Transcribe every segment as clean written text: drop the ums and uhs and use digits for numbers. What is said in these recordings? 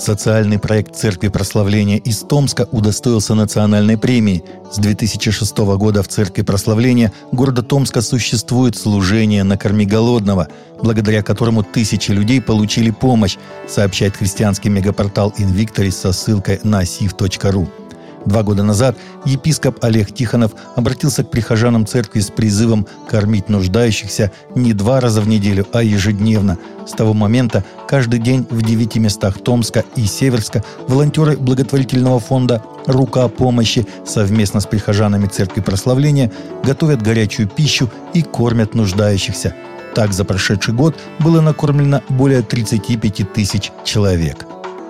Социальный проект Церкви Прославления из Томска удостоился национальной премии. С 2006 года в Церкви Прославления города Томска существует служение «Накорми голодного», благодаря которому тысячи людей получили помощь, сообщает христианский мегапортал Invictus со ссылкой на siv.ru. 2 года назад епископ Олег Тихонов обратился к прихожанам церкви с призывом кормить нуждающихся не 2 раза в неделю, а ежедневно. С того момента каждый день в 9 местах Томска и Северска волонтеры благотворительного фонда «Рука помощи» совместно с прихожанами Церкви Прославления готовят горячую пищу и кормят нуждающихся. Так, за прошедший год было накормлено более 35 тысяч человек.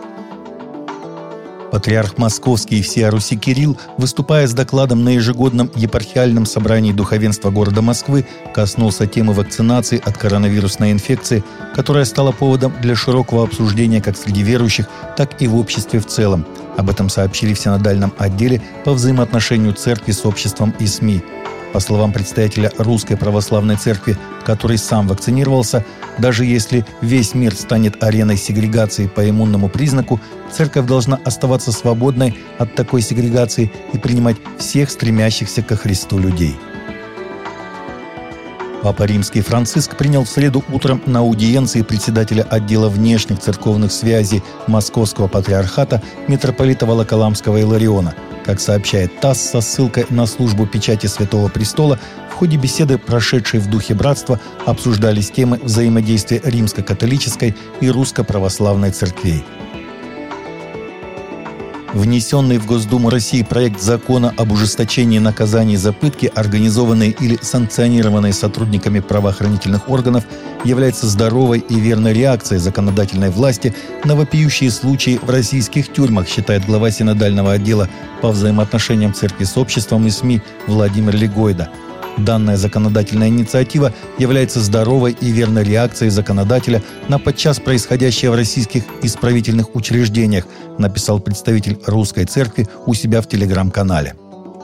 Патриарх Московский и всея Руси Кирилл, выступая с докладом на ежегодном епархиальном собрании духовенства города Москвы, коснулся темы вакцинации от коронавирусной инфекции, которая стала поводом для широкого обсуждения как среди верующих, так и в обществе в целом. Об этом сообщили в синодальном отделе по взаимоотношению церкви с обществом и СМИ. По словам представителя Русской Православной Церкви, который сам вакцинировался, даже если весь мир станет ареной сегрегации по иммунному признаку, церковь должна оставаться свободной от такой сегрегации и принимать всех стремящихся ко Христу людей. Папа Римский Франциск принял в среду утром на аудиенции председателя отдела внешних церковных связей Московского патриархата митрополита Волоколамского Илариона. Как сообщает ТАСС со ссылкой на службу печати Святого Престола, в ходе беседы, прошедшей в духе братства, обсуждались темы взаимодействия римско-католической и русско-православной церквей. Внесенный в Госдуму России проект закона об ужесточении наказаний за пытки, организованные или санкционированные сотрудниками правоохранительных органов, является здоровой и верной реакцией законодательной власти на вопиющие случаи в российских тюрьмах, считает глава синодального отдела по взаимоотношениям церкви с обществом и СМИ Владимир Легойда. Данная законодательная инициатива является здоровой и верной реакцией законодателя на подчас происходящее в российских исправительных учреждениях, написал представитель Русской Церкви у себя в телеграм-канале.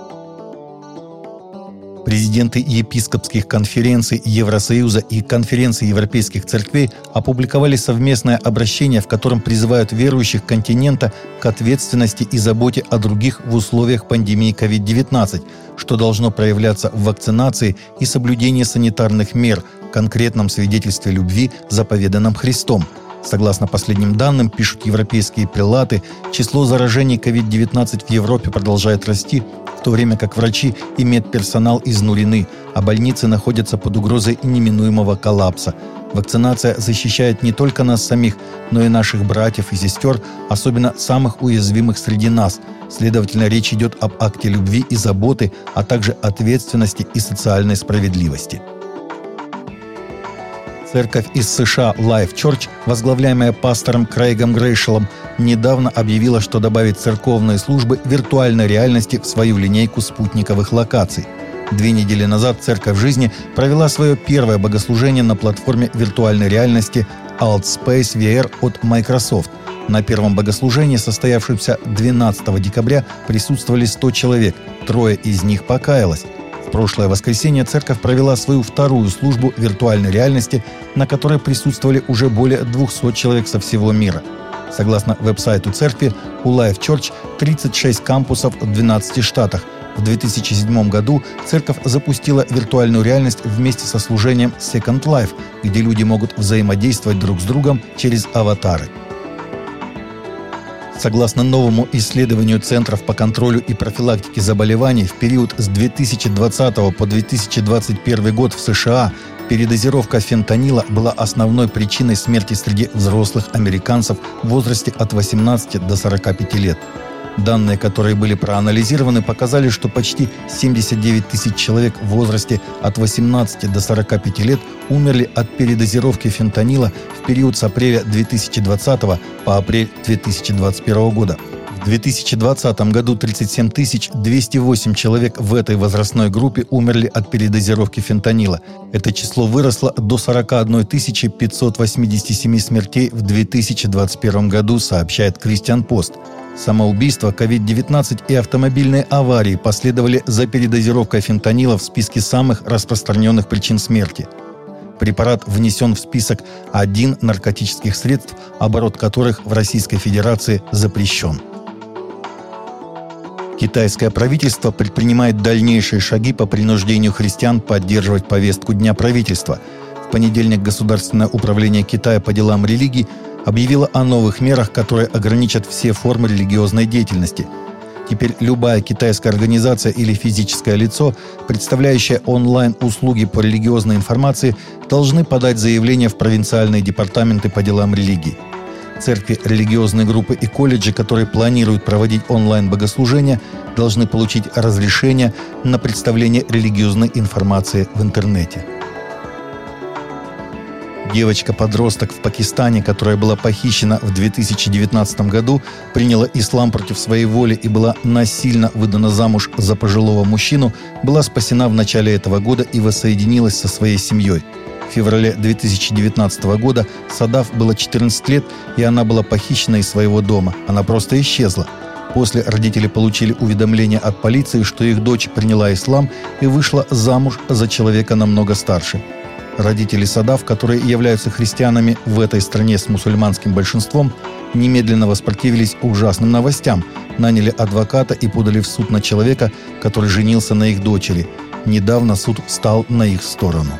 Президенты епископских конференций Евросоюза и Конференции европейских церквей опубликовали совместное обращение, в котором призывают верующих континента к ответственности и заботе о других в условиях пандемии COVID-19, что должно проявляться в вакцинации и соблюдении санитарных мер, конкретном свидетельстве любви, заповеданном Христом. Согласно последним данным, пишут европейские прелаты, число заражений COVID-19 в Европе продолжает расти, в то время как врачи и медперсонал изнурены, а больницы находятся под угрозой неминуемого коллапса. Вакцинация защищает не только нас самих, но и наших братьев и сестер, особенно самых уязвимых среди нас. Следовательно, речь идет об акте любви и заботы, а также ответственности и социальной справедливости. Церковь из США Life Church, возглавляемая пастором Крейгом Грейшелом, недавно объявила, что добавит церковные службы виртуальной реальности в свою линейку спутниковых локаций. 2 недели назад Церковь Жизни провела свое первое богослужение на платформе виртуальной реальности AltSpace VR от Microsoft. На первом богослужении, состоявшемся 12 декабря, присутствовали 100 человек, 3 из них покаялось. В прошлое воскресенье церковь провела свою вторую службу виртуальной реальности, на которой присутствовали уже более 200 человек со всего мира. Согласно веб-сайту церкви, у Life Church 36 кампусов в 12 штатах. В 2007 году церковь запустила виртуальную реальность вместе со служением Second Life, где люди могут взаимодействовать друг с другом через аватары. Согласно новому исследованию Центров по контролю и профилактике заболеваний, в период с 2020 по 2021 год в США передозировка фентанила была основной причиной смерти среди взрослых американцев в возрасте от 18 до 45 лет. Данные, которые были проанализированы, показали, что почти 79 тысяч человек в возрасте от 18 до 45 лет умерли от передозировки фентанила в период с апреля 2020 по апрель 2021 года. В 2020 году 37 208 человек в этой возрастной группе умерли от передозировки фентанила. Это число выросло до 41 587 смертей в 2021 году, сообщает Christian Post. Самоубийства, COVID-19 и автомобильные аварии последовали за передозировкой фентанила в списке самых распространенных причин смерти. Препарат внесен в список 1 наркотических средств, оборот которых в Российской Федерации запрещен. Китайское правительство предпринимает дальнейшие шаги по принуждению христиан поддерживать повестку Дня правительства. В понедельник Государственное управление Китая по делам религий объявило о новых мерах, которые ограничат все формы религиозной деятельности. Теперь любая китайская организация или физическое лицо, представляющее онлайн-услуги по религиозной информации, должны подать заявление в провинциальные департаменты по делам религий. Церкви, религиозные группы и колледжи, которые планируют проводить онлайн-богослужения, должны получить разрешение на представление религиозной информации в интернете. Девочка-подросток в Пакистане, которая была похищена в 2019 году, приняла ислам против своей воли и была насильно выдана замуж за пожилого мужчину, была спасена в начале этого года и воссоединилась со своей семьей. В феврале 2019 года Садаф было 14 лет, и она была похищена из своего дома. Она просто исчезла. После родители получили уведомление от полиции, что их дочь приняла ислам и вышла замуж за человека намного старше. Родители Садаф, которые являются христианами в этой стране с мусульманским большинством, немедленно воспротивились ужасным новостям, наняли адвоката и подали в суд на человека, который женился на их дочери. Недавно суд встал на их сторону.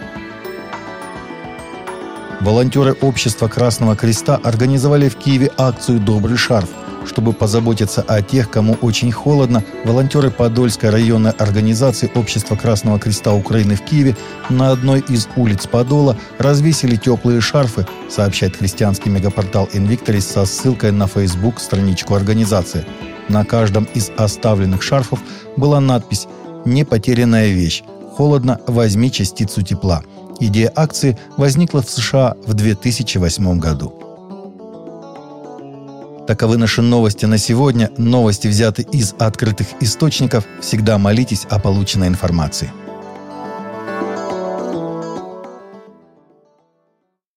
Волонтеры Общества Красного Креста организовали в Киеве акцию «Добрый шарф». Чтобы позаботиться о тех, кому очень холодно, волонтеры Подольской районной организации Общества Красного Креста Украины в Киеве на одной из улиц Подола развесили теплые шарфы, сообщает христианский мегапортал Invictus со ссылкой на Facebook-страничку организации. На каждом из оставленных шарфов была надпись «Не потерянная вещь. Холодно, возьми частицу тепла». Идея акции возникла в США в 2008 году. Таковы наши новости на сегодня. Новости взяты из открытых источников. Всегда молитесь о полученной информации.